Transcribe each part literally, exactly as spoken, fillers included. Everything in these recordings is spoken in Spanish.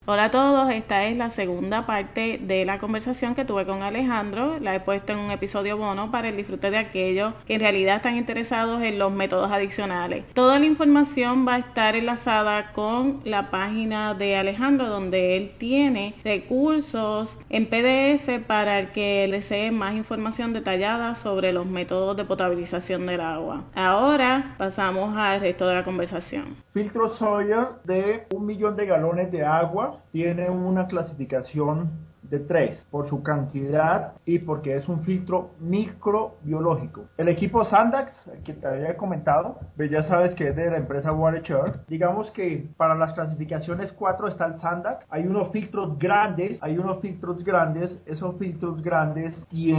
Hola a todos, esta es la segunda parte de la conversación que tuve con Alejandro. La he puesto en un episodio bono para el disfrute de aquellos que en realidad están interesados en los métodos adicionales. Toda la información va a estar enlazada con la página de Alejandro, donde él tiene recursos en P D F para el que desee más información detallada sobre los métodos de potabilización del agua. Ahora pasamos al resto de la conversación. Filtro Sawyer de un millón de galones de agua tiene una clasificación de tres por su cantidad y porque es un filtro microbiológico. El equipo Sandax, que te había comentado, pues ya sabes que es de la empresa WaterShare. Digamos que para las clasificaciones cuatro está el Sandax. Hay unos filtros grandes, hay unos filtros grandes. Esos filtros grandes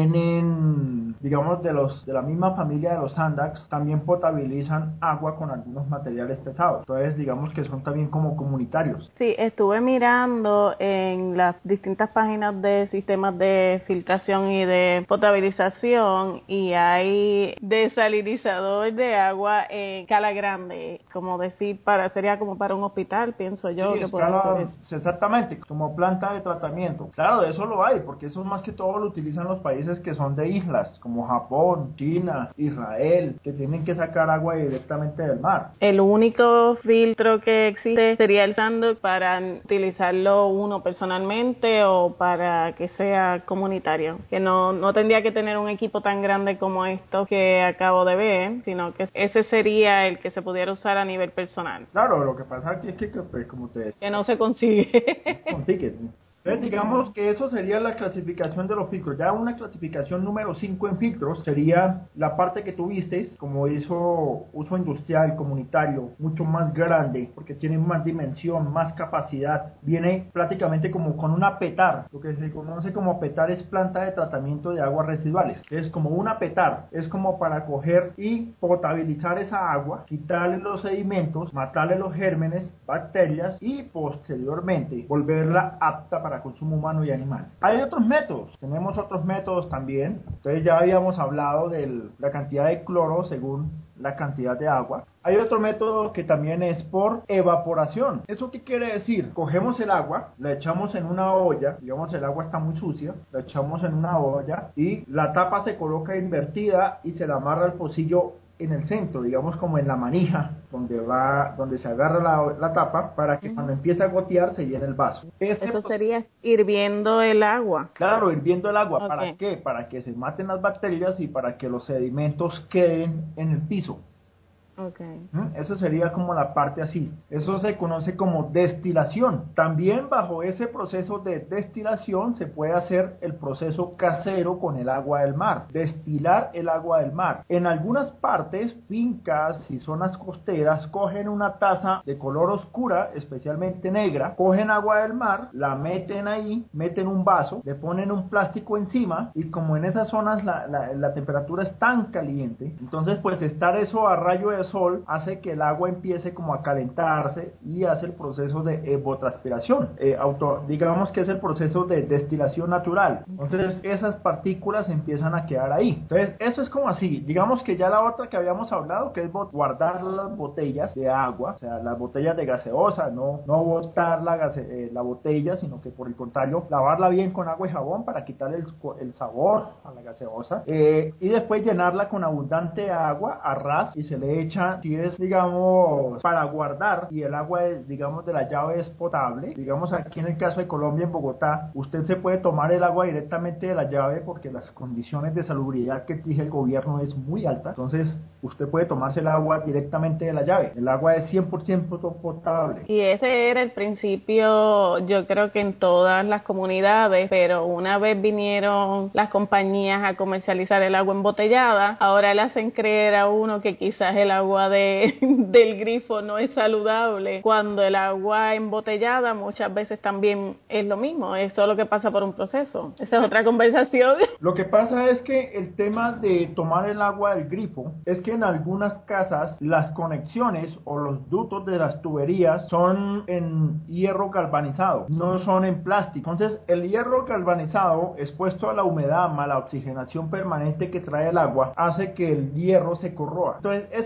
tienen, digamos, de los de la misma familia de los Sandax, también potabilizan agua con algunos materiales pesados. Entonces, digamos que son también como comunitarios. Sí, estuve mirando en las distintas páginas de sistemas de filtración y de potabilización y hay desalinizador de agua en escala grande, como decir, para sería como para un hospital, pienso yo. Sí, Que escala, puede ser exactamente, como planta de tratamiento. Claro, de eso lo hay, porque eso más que todo lo utilizan los países que son de islas, como Japón, China, Israel, que tienen que sacar agua directamente del mar. El único filtro que existe sería el Sandox para utilizarlo uno personalmente o para que sea comunitario, que no, no tendría que tener un equipo tan grande como esto que acabo de ver, sino que ese sería el que se pudiera usar a nivel personal. Claro, lo que pasa aquí es que, que, pues, como te Que no se consigue. consigue. Entonces, digamos que eso sería la clasificación de los filtros. Ya una clasificación número cinco en filtros sería la parte que tuviste, como hizo uso industrial, comunitario, mucho más grande, porque tiene más dimensión, más capacidad. Viene prácticamente como con una petar. Lo que se conoce como petar es planta de tratamiento de aguas residuales. Es como una petar, es como para coger y potabilizar esa agua, quitarle los sedimentos, matarle los gérmenes, bacterias y posteriormente volverla apta para para consumo humano y animal. Hay otros métodos, tenemos otros métodos también. Entonces ya habíamos hablado de la cantidad de cloro según la cantidad de agua. Hay otro método que también es por evaporación. ¿Eso qué quiere decir? Cogemos el agua, la echamos en una olla, digamos el agua está muy sucia, la echamos en una olla y la tapa se coloca invertida y se la amarra al pocillo en el centro, digamos como en la manija donde va, donde se agarra la, la tapa para que uh-huh. cuando empiece a gotear se llene el vaso. Ese Eso sería hirviendo el agua. Claro, hirviendo el agua. Okay. ¿Para qué? Para que se maten las bacterias y para que los sedimentos queden en el piso. Okay. Eso sería como la parte así. Eso se conoce como destilación. También bajo ese proceso de destilación se puede hacer el proceso casero con el agua del mar. Destilar el agua del mar. En algunas partes, fincas y zonas costeras cogen una taza de color oscura, especialmente negra, cogen agua del mar, la meten ahí, meten un vaso, le ponen un plástico encima y como en esas zonas la, la, la temperatura es tan caliente, entonces pues estar eso a rayo de sol hace que el agua empiece como a calentarse y hace el proceso de evapotranspiración, eh, auto, digamos que es el proceso de destilación natural. Entonces esas partículas empiezan a quedar ahí. Entonces eso es como así, digamos que ya la otra que habíamos hablado, que es guardar las botellas de agua, o sea, las botellas de gaseosa, no, no botar la, gase, eh, la botella, sino que por el contrario, lavarla bien con agua y jabón para quitarle el, el sabor a la gaseosa, eh, y después llenarla con abundante agua a ras y se le echa, si es, digamos, para guardar y el agua, es, digamos, de la llave es potable, digamos aquí en el caso de Colombia, en Bogotá, usted se puede tomar el agua directamente de la llave porque las condiciones de salubridad que exige el gobierno es muy alta, entonces usted puede tomarse el agua directamente de la llave, el agua es cien por ciento potable. Y ese era el principio, yo creo que en todas las comunidades, pero una vez vinieron las compañías a comercializar el agua embotellada, ahora le hacen creer a uno que quizás el agua de, del grifo no es saludable, cuando el agua embotellada muchas veces también es lo mismo, es solo que pasa por un proceso. Esa es otra conversación. Lo que pasa es que el tema de tomar el agua del grifo es que en algunas casas las conexiones o los ductos de las tuberías son en hierro galvanizado, no son en plástico. Entonces el hierro galvanizado expuesto a la humedad, mala oxigenación permanente que trae el agua, hace que el hierro se corroa. Entonces ese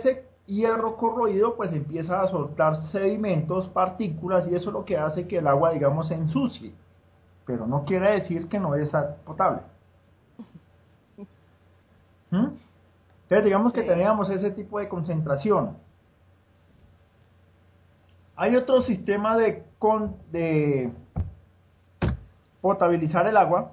y el hierro corroído pues empieza a soltar sedimentos, partículas, y eso es lo que hace que el agua, digamos, se ensucie, pero no quiere decir que no es potable. ¿Mm? Entonces digamos que teníamos ese tipo de concentración. Hay otro sistema de, con, de potabilizar el agua,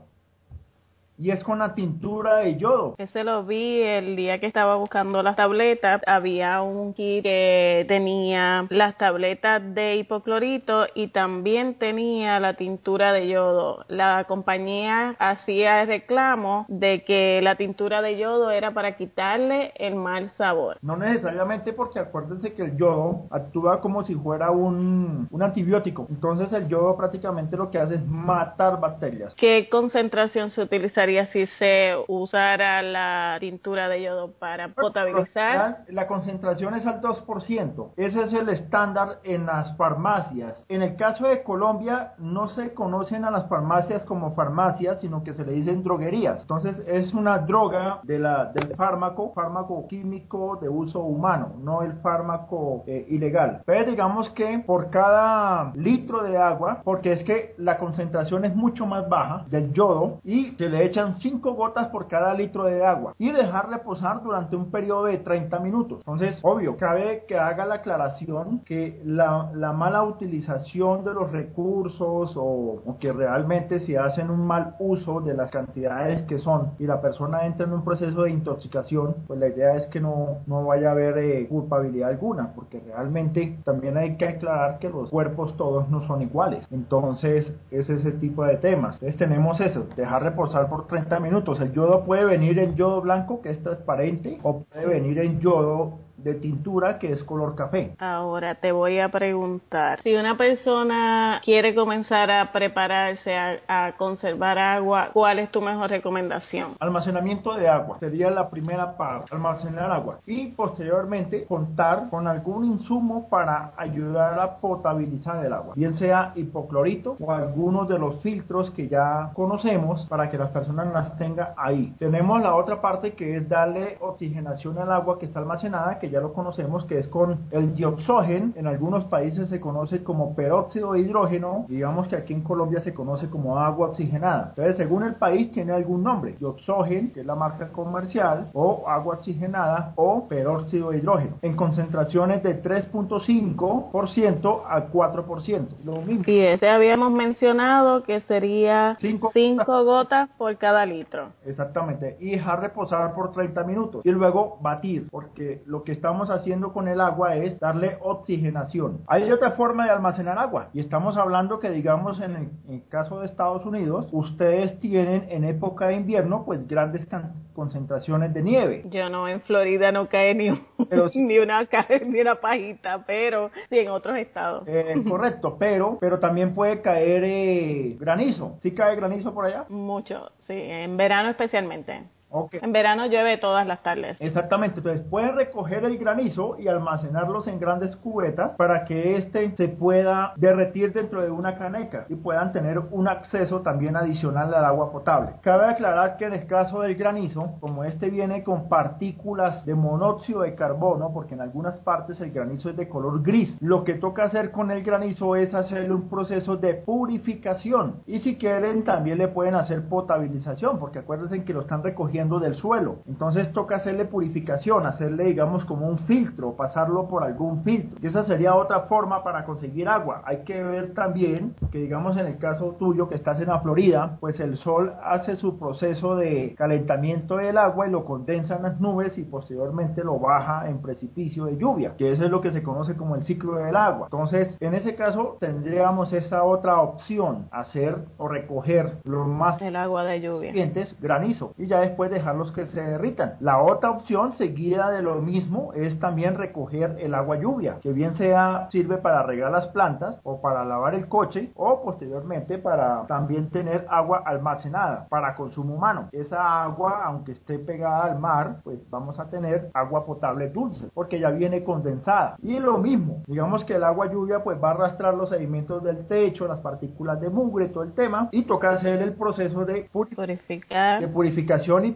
y es con la tintura de yodo. Ese lo vi el día que estaba buscando las tabletas. Había un kit que tenía las tabletas de hipoclorito y también tenía la tintura de yodo. La compañía hacía el reclamo de que la tintura de yodo era para quitarle el mal sabor. No necesariamente, porque acuérdense que el yodo actúa como si fuera un, un antibiótico. Entonces el yodo prácticamente lo que hace es matar bacterias. ¿Qué concentración se utilizaría si se usara la tintura de yodo para potabilizar? La concentración es al dos por ciento. Ese es el estándar en las farmacias. En el caso de Colombia no se conocen a las farmacias como farmacias, sino que se le dicen droguerías. Entonces es una droga de la, del fármaco, fármaco químico de uso humano, no el fármaco eh, ilegal. Pero digamos que por cada litro de agua, porque es que la concentración es mucho más baja del yodo, y se le echan cinco gotas por cada litro de agua y dejar reposar durante un periodo de treinta minutos. Entonces, obvio, cabe que haga la aclaración que la, la mala utilización de los recursos, o, o que realmente si hacen un mal uso de las cantidades que son y la persona entra en un proceso de intoxicación, pues la idea es que no, no vaya a haber eh, culpabilidad alguna, porque realmente también hay que aclarar que los cuerpos todos no son iguales. Entonces, es ese tipo de temas. Entonces tenemos eso, dejar reposar por treinta minutos. El yodo puede venir en yodo blanco, que es transparente, o puede venir en yodo de tintura, que es color café. Ahora te voy a preguntar, si una persona quiere comenzar a prepararse a, a conservar agua, ¿cuál es tu mejor recomendación? Almacenamiento de agua sería la primera parte, almacenar agua, y posteriormente contar con algún insumo para ayudar a potabilizar el agua, bien sea hipoclorito o algunos de los filtros que ya conocemos, para que las personas las tengan ahí. Tenemos la otra parte, que es darle oxigenación al agua que está almacenada, que ya lo conocemos, que es con el dioxógeno. En algunos países se conoce como peróxido de hidrógeno, digamos que aquí en Colombia se conoce como agua oxigenada. Entonces, según el país tiene algún nombre: dioxógeno, que es la marca comercial, o agua oxigenada, o peróxido de hidrógeno, en concentraciones de tres punto cinco por ciento a cuatro por ciento. Lo mismo. Y ese habíamos mencionado que sería cinco gotas por cada litro. Exactamente, y dejar reposar por treinta minutos y luego batir, porque lo que estamos haciendo con el agua es darle oxigenación. Hay otra forma de almacenar agua, y estamos hablando que, digamos, en el, en el caso de Estados Unidos, ustedes tienen en época de invierno pues grandes concentraciones de nieve. Yo no, en Florida no cae ni, un, pero sí, ni una ni una pajita, pero sí en otros estados. Eh, correcto, pero pero también puede caer eh, granizo. ¿Sí cae granizo por allá? Mucho, sí, en verano especialmente. Okay. En verano llueve todas las tardes. Exactamente, entonces pueden recoger el granizo y almacenarlos en grandes cubetas para que éste se pueda derretir dentro de una caneca y puedan tener un acceso también adicional al agua potable. Cabe aclarar que en el caso del granizo, como este viene con partículas de monóxido de carbono, porque en algunas partes el granizo es de color gris, lo que toca hacer con el granizo es hacerle un proceso de purificación, y si quieren también le pueden hacer potabilización, porque acuérdense que lo están recogiendo del suelo. Entonces toca hacerle purificación, hacerle, digamos, como un filtro, pasarlo por algún filtro. Y esa sería otra forma para conseguir agua. Hay que ver también que, digamos, en el caso tuyo que estás en la Florida, pues el sol hace su proceso de calentamiento del agua y lo condensa en las nubes y posteriormente lo baja en precipicio de lluvia, que eso es lo que se conoce como el ciclo del agua. Entonces, en ese caso tendríamos esa otra opción, hacer o recoger lo más el agua de lluvia, granizo, y ya después dejarlos que se derritan. La otra opción seguida de lo mismo es también recoger el agua lluvia, que bien sea sirve para regar las plantas o para lavar el coche, o posteriormente para también tener agua almacenada para consumo humano. Esa agua, aunque esté pegada al mar, pues vamos a tener agua potable dulce, porque ya viene condensada. Y lo mismo, digamos que el agua lluvia pues va a arrastrar los sedimentos del techo, las partículas de mugre, todo el tema, y toca hacer el proceso de, purificar. de purificación y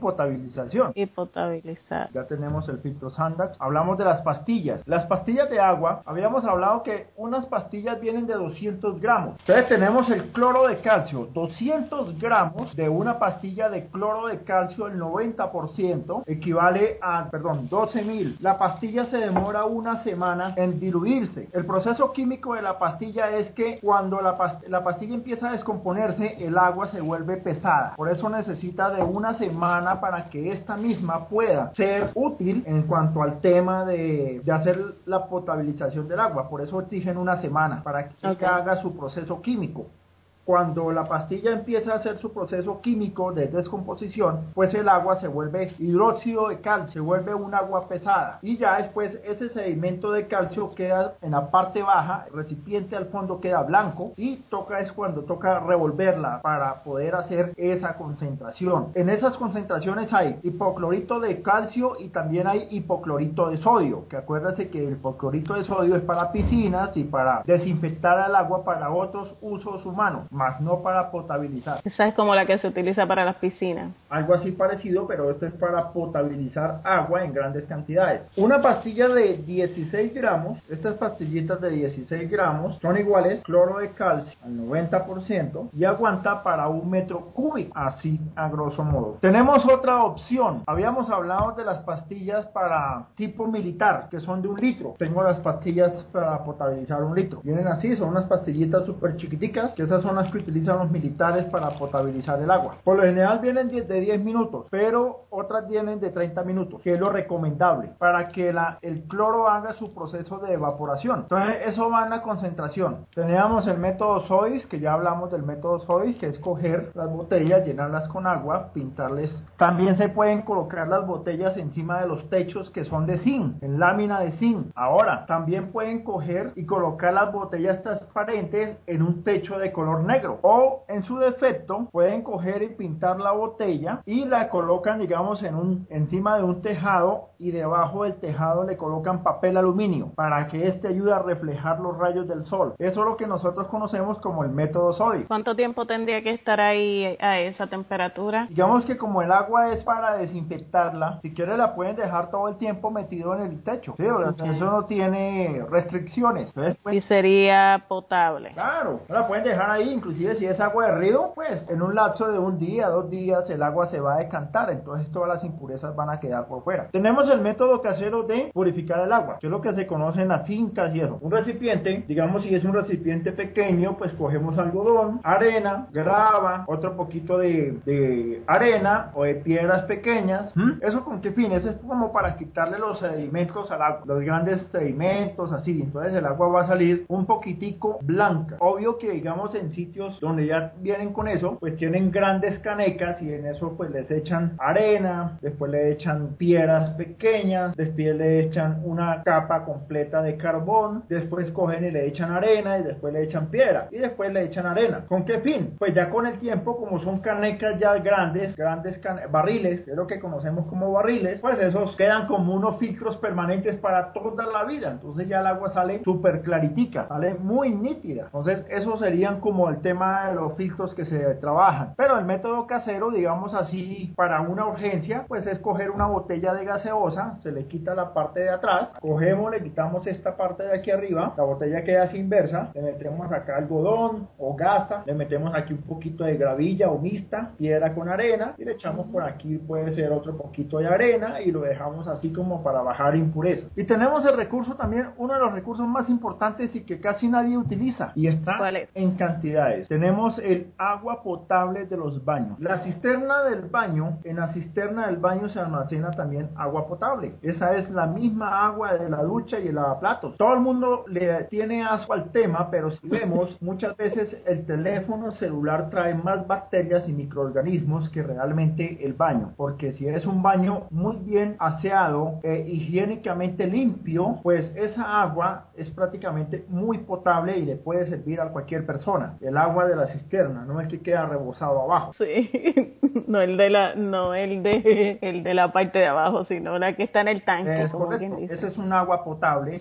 potabilización. Y potabilizar. Ya tenemos el filtro Sandax. Hablamos de las pastillas. Las pastillas de agua, habíamos hablado que unas pastillas vienen de doscientos gramos. Entonces tenemos el cloro de calcio. doscientos gramos de una pastilla de cloro de calcio, el noventa por ciento, equivale a, perdón, doce mil. La pastilla se demora una semana en diluirse. El proceso químico de la pastilla es que cuando la, past la pastilla empieza a descomponerse, el agua se vuelve pesada. Por eso necesita de una semana para que esta misma pueda ser útil en cuanto al tema de, de hacer la potabilización del agua. Por eso exigen una semana para que okay. haga su proceso químico. Cuando la pastilla empieza a hacer su proceso químico de descomposición, pues el agua se vuelve hidróxido de calcio, se vuelve un agua pesada. Y ya después ese sedimento de calcio queda en la parte baja, el recipiente al fondo queda blanco y toca es cuando toca revolverla para poder hacer esa concentración. En esas concentraciones hay hipoclorito de calcio y también hay hipoclorito de sodio, que acuérdense que el hipoclorito de sodio es para piscinas y para desinfectar el agua para otros usos humanos, más no para potabilizar. Esa es como la que se utiliza para las piscinas. Algo así parecido, pero esto es para potabilizar agua en grandes cantidades. Una pastilla de dieciséis gramos, estas pastillitas de dieciséis gramos son iguales cloro de calcio al noventa por ciento y aguanta para un metro cúbico, así a grosso modo. Tenemos otra opción. Habíamos hablado de las pastillas para tipo militar, que son de un litro. Tengo las pastillas para potabilizar un litro. Vienen así, son unas pastillitas súper chiquiticas, que esas son las que utilizan los militares para potabilizar el agua. Por lo general vienen de diez minutos, pero otras vienen de treinta minutos, que es lo recomendable para que la, el cloro haga su proceso de evaporación. Entonces eso va en la concentración. Teníamos el método S O I S, que ya hablamos del método S O I S, que es coger las botellas, llenarlas con agua, pintarles. También se pueden colocar las botellas encima de los techos que son de zinc, en lámina de zinc. Ahora, también pueden coger y colocar las botellas transparentes en un techo de color negro. O en su defecto pueden coger y pintar la botella y la colocan, digamos, en un encima de un tejado, y debajo del tejado le colocan papel aluminio para que este ayude a reflejar los rayos del sol. Eso es lo que nosotros conocemos como el método S O I S. ¿Cuánto tiempo tendría que estar ahí a esa temperatura? Digamos que como el agua es para desinfectarla, si quieren la pueden dejar todo el tiempo metido en el techo, ¿sí? O sea, okay. Eso no tiene restricciones. Entonces, pues, y sería potable. Claro, la pueden dejar ahí. Inclusive si es agua de río, pues en un lapso de un día, dos días, el agua se va a decantar, entonces todas las impurezas van a quedar por fuera. Tenemos el método casero de purificar el agua, que es lo que se conoce en las fincas y eso. Un recipiente, digamos si es un recipiente pequeño, pues cogemos algodón, arena, grava, otro poquito de, de arena o de piedras pequeñas. ¿Mm? ¿Eso con qué fin? Eso es como para quitarle los sedimentos al agua, los grandes sedimentos, así. Entonces el agua va a salir un poquitico blanca. Obvio que digamos en sitios donde ya vienen con eso, pues tienen grandes canecas y en eso pues les echan arena, después le echan piedras pequeñas, después le echan una capa completa de carbón, después cogen y le echan arena y después le echan piedra y después le echan arena. ¿Con qué fin? Pues ya con el tiempo, como son canecas ya grandes, grandes barriles, que es lo que conocemos como barriles, pues esos quedan como unos filtros permanentes para toda la vida. Entonces ya el agua sale súper claritica, sale muy nítida. Entonces esos serían como el tema de los filtros que se trabajan. Pero el método casero, digamos así, para una urgencia, pues es coger una botella de gaseosa, se le quita la parte de atrás, cogemos, le quitamos esta parte de aquí arriba, la botella queda así inversa, le metemos acá algodón o gasa, le metemos aquí un poquito de gravilla o mixta, piedra con arena, y le echamos por aquí, puede ser otro poquito de arena, y lo dejamos así como para bajar impurezas. Y tenemos el recurso también, uno de los recursos más importantes y que casi nadie utiliza, y está en cantidades. Tenemos el agua potable de los baños. La cisterna del baño, en la cisterna del baño se almacena también agua potable. Esa es la misma agua de la ducha y el lavaplatos. Todo el mundo le tiene asco al tema, pero si vemos, muchas veces el teléfono celular trae más bacterias y microorganismos que realmente el baño, porque si es un baño muy bien aseado, eh, higiénicamente limpio, pues esa agua es prácticamente muy potable y le puede servir a cualquier persona. El agua de la cisterna, no es que queda rebosado abajo. Sí, no el de la, no el de, el de la parte de abajo, sino la que está en el tanque. Es como correcto, quien dice. ese es un agua potable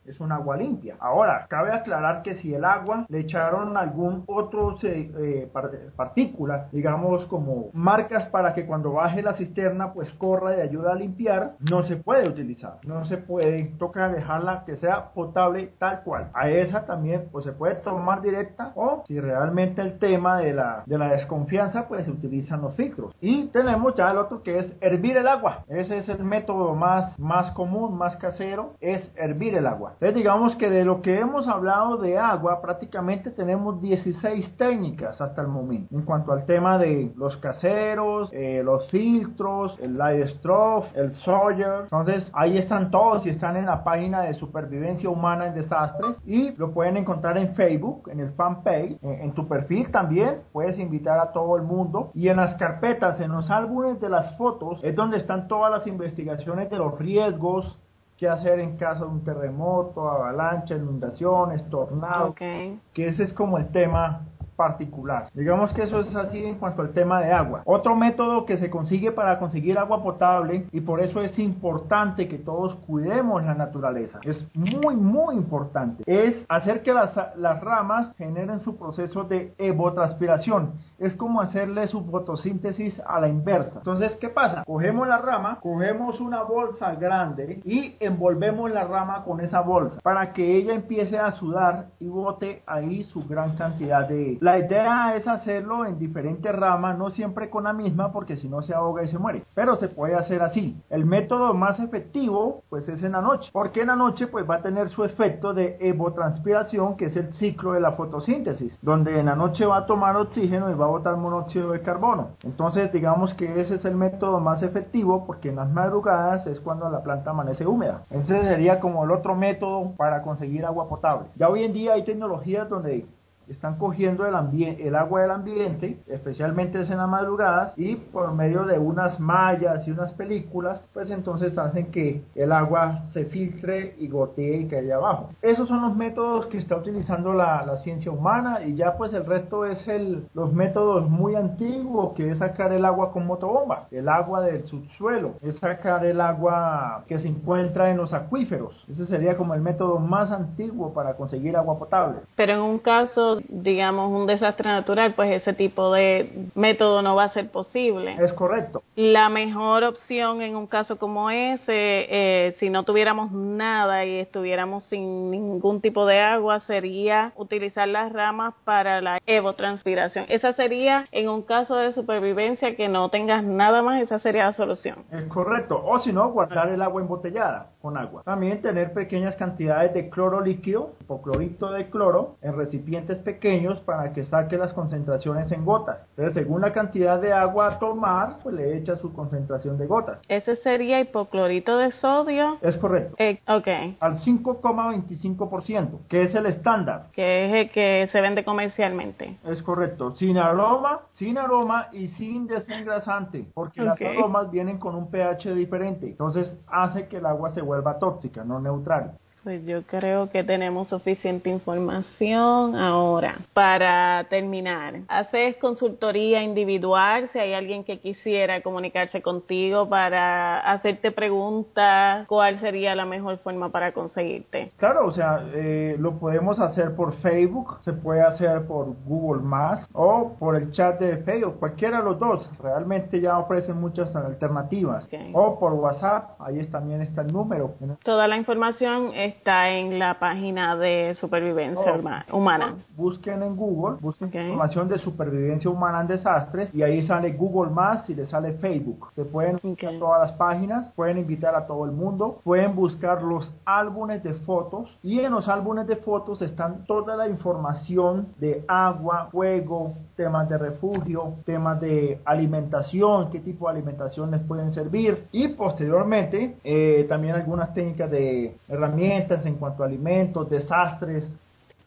es un agua limpia. Ahora, cabe aclarar que si el agua le echaron algún otro eh, partícula, digamos como marcas para que cuando baje la cisterna pues corra y ayuda a limpiar, no se puede utilizar, no se puede, toca dejarla que sea potable tal cual. A esa también pues se puede tomar directa, o si realmente el tema de la, de la desconfianza pues se utilizan los filtros. Y tenemos ya el otro que es hervir el agua. Ese es el método más, más común, más casero, es hervir el agua. Entonces digamos que de lo que hemos hablado de agua prácticamente tenemos dieciséis técnicas hasta el momento en cuanto al tema de los caseros, eh, los filtros, el live stroke, el Sawyer. Entonces ahí están todos y están en la página de Supervivencia Humana en Desastres y lo pueden encontrar en Facebook, en el fanpage, en, en tu perfil también puedes invitar a todo el mundo, y en las carpetas, en los álbumes de las fotos es donde están todas las investigaciones de los riesgos, qué hacer en caso de un terremoto, avalancha, inundaciones, tornados, okay. Que ese es como el tema particular. Digamos que eso es así en cuanto al tema de agua. Otro método que se consigue para conseguir agua potable, y por eso es importante que todos cuidemos la naturaleza, es muy muy importante, es hacer que las, las ramas generen su proceso de evotranspiración. Es como hacerle su fotosíntesis a la inversa. Entonces, ¿qué pasa? Cogemos la rama, cogemos una bolsa grande y envolvemos la rama con esa bolsa para que ella empiece a sudar y bote ahí su gran cantidad de... La idea es hacerlo en diferentes ramas, no siempre con la misma, porque si no se ahoga y se muere, pero se puede hacer así. El método más efectivo pues es en la noche, porque en la noche pues va a tener su efecto de evotranspiración, que es el ciclo de la fotosíntesis, donde en la noche va a tomar oxígeno y va a botar monóxido de carbono. Entonces digamos que ese es el método más efectivo, porque en las madrugadas es cuando la planta amanece húmeda. Entonces sería como el otro método para conseguir agua potable. Ya hoy en día hay tecnologías donde están cogiendo el, el agua del ambiente, especialmente en las madrugadas, y por medio de unas mallas y unas películas, pues entonces hacen que el agua se filtre y gotee y caiga abajo. Esos son los métodos que está utilizando la, la ciencia humana, y ya pues el resto es el, los métodos muy antiguos, que es sacar el agua con motobomba, el agua del subsuelo, es sacar el agua que se encuentra en los acuíferos. Ese sería como el método más antiguo para conseguir agua potable. Pero en un caso, digamos, un desastre natural, pues ese tipo de método no va a ser posible. Es correcto. La mejor opción en un caso como ese, eh, si no tuviéramos nada y estuviéramos sin ningún tipo de agua, sería utilizar las ramas para la evotranspiración. Esa sería, en un caso de supervivencia que no tengas nada más, esa sería la solución. Es correcto. O si no, guardar el agua embotellada con agua. También tener pequeñas cantidades de cloro líquido, hipoclorito de cloro, en recipientes pequeños para que saque las concentraciones en gotas. Entonces, según la cantidad de agua a tomar, pues le echa su concentración de gotas. ¿Ese sería hipoclorito de sodio? Es correcto. Eh, ok. Al cinco coma veinticinco por ciento, que es el estándar. Que es el que se vende comercialmente. Es correcto. Sin aroma, sin aroma y sin desengrasante, porque okay. Las aromas vienen con un pH diferente. Entonces hace que el agua se vuelva tóxica, no neutral. Pues yo creo que tenemos suficiente información ahora. Para terminar, ¿haces consultoría individual? Si hay alguien que quisiera comunicarse contigo para hacerte preguntas, ¿cuál sería la mejor forma para conseguirte? Claro, o sea, eh, lo podemos hacer por Facebook, se puede hacer por Google Más o por el chat de Facebook, cualquiera de los dos. Realmente ya ofrecen muchas alternativas. Okay. O por WhatsApp, ahí también está el número. Toda la información es está en la página de Supervivencia oh, Humana. Busquen en Google, busquen okay. información de Supervivencia Humana en Desastres, y ahí sale Google Más y le sale Facebook. Se pueden buscar okay. todas las páginas, pueden invitar a todo el mundo, pueden buscar los álbumes de fotos, y en los álbumes de fotos están toda la información de agua, fuego, temas de refugio, temas de alimentación, qué tipo de alimentación les pueden servir, y posteriormente eh, también algunas técnicas de herramientas en cuanto a alimentos, desastres.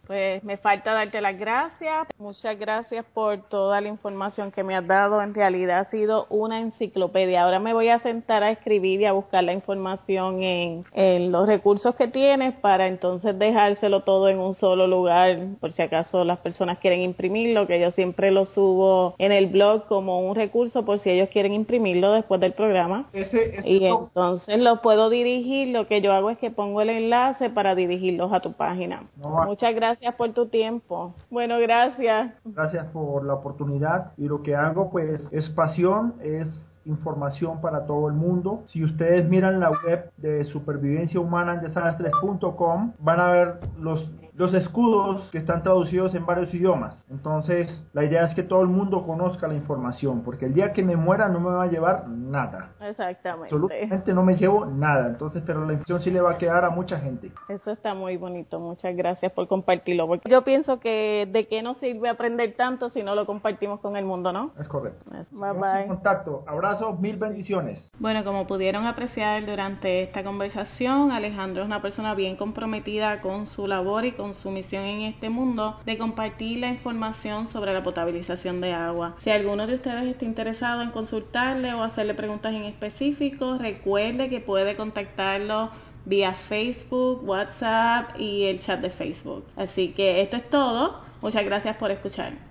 Pues me falta darte las gracias. Muchas gracias por toda la información que me has dado. En realidad ha sido una enciclopedia. Ahora me voy a sentar a escribir y a buscar la información en, en los recursos que tienes para entonces dejárselo todo en un solo lugar, por si acaso las personas quieren imprimirlo, que yo siempre lo subo en el blog como un recurso por si ellos quieren imprimirlo después del programa. Ese, ese Y blog, entonces lo puedo dirigir. Lo que yo hago es que pongo el enlace para dirigirlos a tu página. no, Muchas gracias por tu tiempo. Bueno, gracias. gracias por la oportunidad, y lo que hago pues es pasión, es información para todo el mundo. Si ustedes miran la web de supervivencia humana en desastres punto com, van a ver los los escudos que están traducidos en varios idiomas. Entonces, la idea es que todo el mundo conozca la información, porque el día que me muera no me va a llevar nada. Exactamente. Absolutamente no me llevo nada. Entonces, pero la información sí le va a quedar a mucha gente. Eso está muy bonito. Muchas gracias por compartirlo. Porque yo pienso que de qué nos sirve aprender tanto si no lo compartimos con el mundo, ¿no? Es correcto. Bye bye. En contacto. Abrazos, mil bendiciones. Bueno, como pudieron apreciar durante esta conversación, Alejandro es una persona bien comprometida con su labor y con su misión en este mundo de compartir la información sobre la potabilización de agua. Si alguno de ustedes está interesado en consultarle o hacerle preguntas en específico, recuerde que puede contactarlo vía Facebook, WhatsApp y el chat de Facebook. Así que esto es todo. Muchas gracias por escuchar.